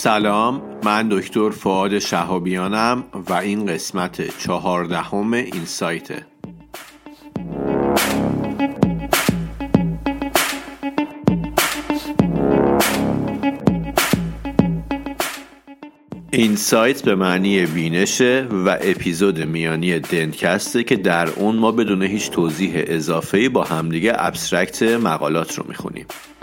سلام، من دکتر فؤاد شهابیانم و این قسمت 14 اینسایته. اینسایت به معنی بینشه و اپیزود میانی دنتکسته که در اون ما بدون هیچ توضیح اضافه‌ای با همدیگه ابسترکت مقالات رو میخونیم.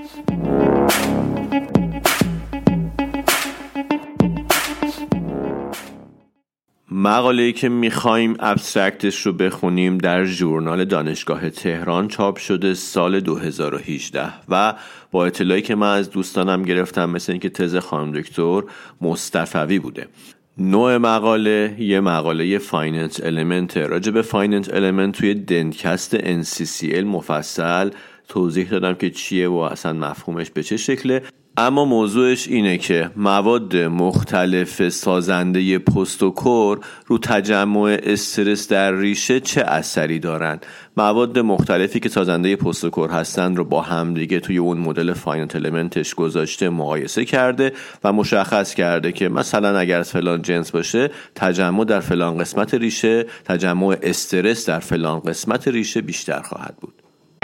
مقاله‌ای که میخوایم ابسترکتش رو بخونیم در ژورنال دانشگاه تهران چاپ شده سال 2018 و با اطلاعی که من از دوستانم گرفتم مثل اینکه تز خانم دکتر مصطفوی بوده. نوع مقاله یه مقاله فایننس المنت. راجع به فایننس المنت توی دنتکست NCCL مفصل توضیح دادم که چیه و اصلا مفهومش به چه شکله، اما موضوعش اینه که مواد مختلف سازنده پست و کور رو تجمع استرس در ریشه چه اثری دارن. مواد مختلفی که سازنده پست و کور هستن رو با هم دیگه توی اون مدل فایننس المنتش گذاشته، مقایسه کرده و مشخص کرده که مثلا اگر فلان جنس باشه تجمع در فلان قسمت ریشه، تجمع استرس در فلان قسمت ریشه بیشتر خواهد بود.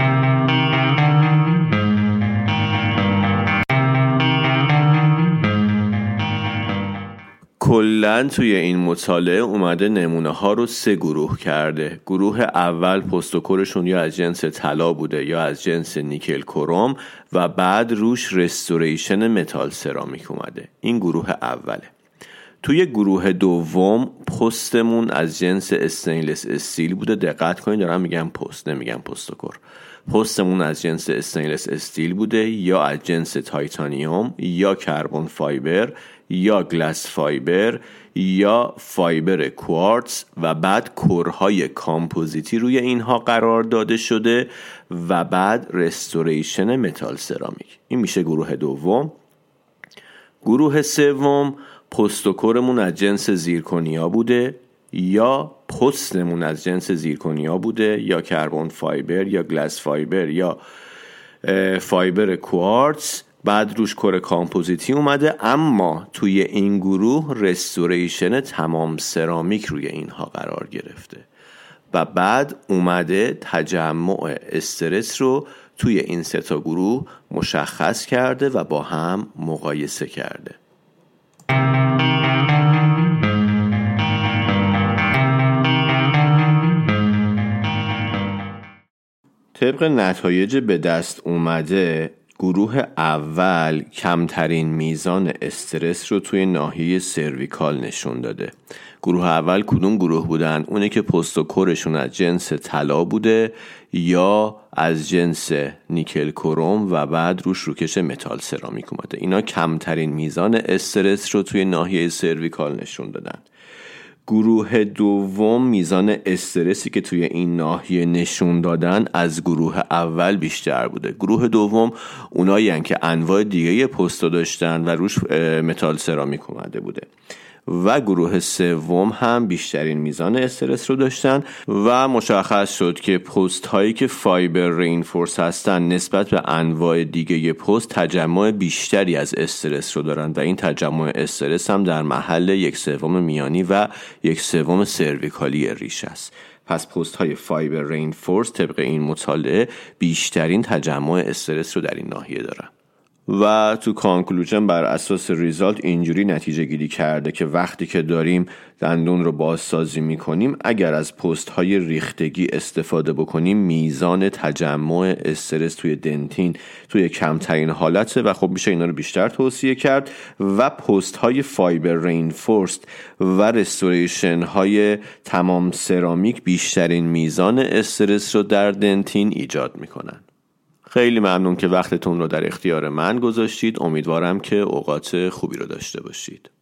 کلن توی این مطالعه اومده نمونه ها رو 3 گروه کرده. گروه اول پست و کورشون یا از جنس طلا بوده یا از جنس نیکل کروم و بعد روش رستوریشن متال سرامیک اومده. این گروه اوله. توی گروه دوم پستمون از جنس استینلس استیل بوده. دقت کنید دارم میگم پست، نمیگم پست و کور. پستمون از جنس استینلس استیل بوده یا از جنس تایتانیوم یا کربن فایبر یا گلاس فایبر یا فایبر کوارتز و بعد کورهای کامپوزیتی روی اینها قرار داده شده و بعد رستوریشن متال سرامیک. این میشه گروه دوم. گروه سوم پست و کورمون از جنس زیرکونیا بوده یا پستمون از جنس زیرکونیا بوده یا کربن فایبر یا گلاس فایبر یا فایبر کوارتز، بعد روش کور کامپوزیتی اومده، اما توی این گروه رستوریشن تمام سرامیک روی اینها قرار گرفته و بعد اومده تجمع استرس رو توی این 3 تا گروه مشخص کرده و با هم مقایسه کرده. طبق نتایج به دست اومده گروه اول کمترین میزان استرس رو توی ناحیه سرویکال نشون داده. گروه اول کدوم گروه بودن؟ اونه که پست و کورشون از جنس طلا بوده یا از جنس نیکل کروم و بعد روش روکش متال سرامیک اومده. اینا کمترین میزان استرس رو توی ناحیه سرویکال نشون دادن. گروه دوم میزان استرسی که توی این ناحیه نشون دادن از گروه اول بیشتر بوده. گروه دوم اونایی هستن که انواع دیگه پستو داشتن و روش متال سرامیک اومده بوده و گروه سوم هم بیشترین میزان استرس رو داشتن و مشخص شد که پست هایی که فایبر رینفورس هستن نسبت به انواع دیگه پست تجمع بیشتری از استرس رو دارن و این تجمع استرس هم در محل 1/3 میانی و 1/3 سرویکالی ریش است. پس پست های فایبر رینفورس طبق این مطالعه بیشترین تجمع استرس رو در این ناحیه دارن. و تو کانکلوژن بر اساس ریزالت اینجوری نتیجه گیری کرده که وقتی که داریم دندون رو بازسازی میکنیم اگر از پست های ریختگی استفاده بکنیم میزان تجمع استرس توی دنتین توی کمترین حالته و خب میشه اینا رو بیشتر توصیه کرد و پست های فایبر رینفورست و رستوریشن های تمام سرامیک بیشترین میزان استرس رو در دنتین ایجاد میکنن. خیلی ممنون که وقتتون رو در اختیار من گذاشتید. امیدوارم که اوقات خوبی رو داشته باشید.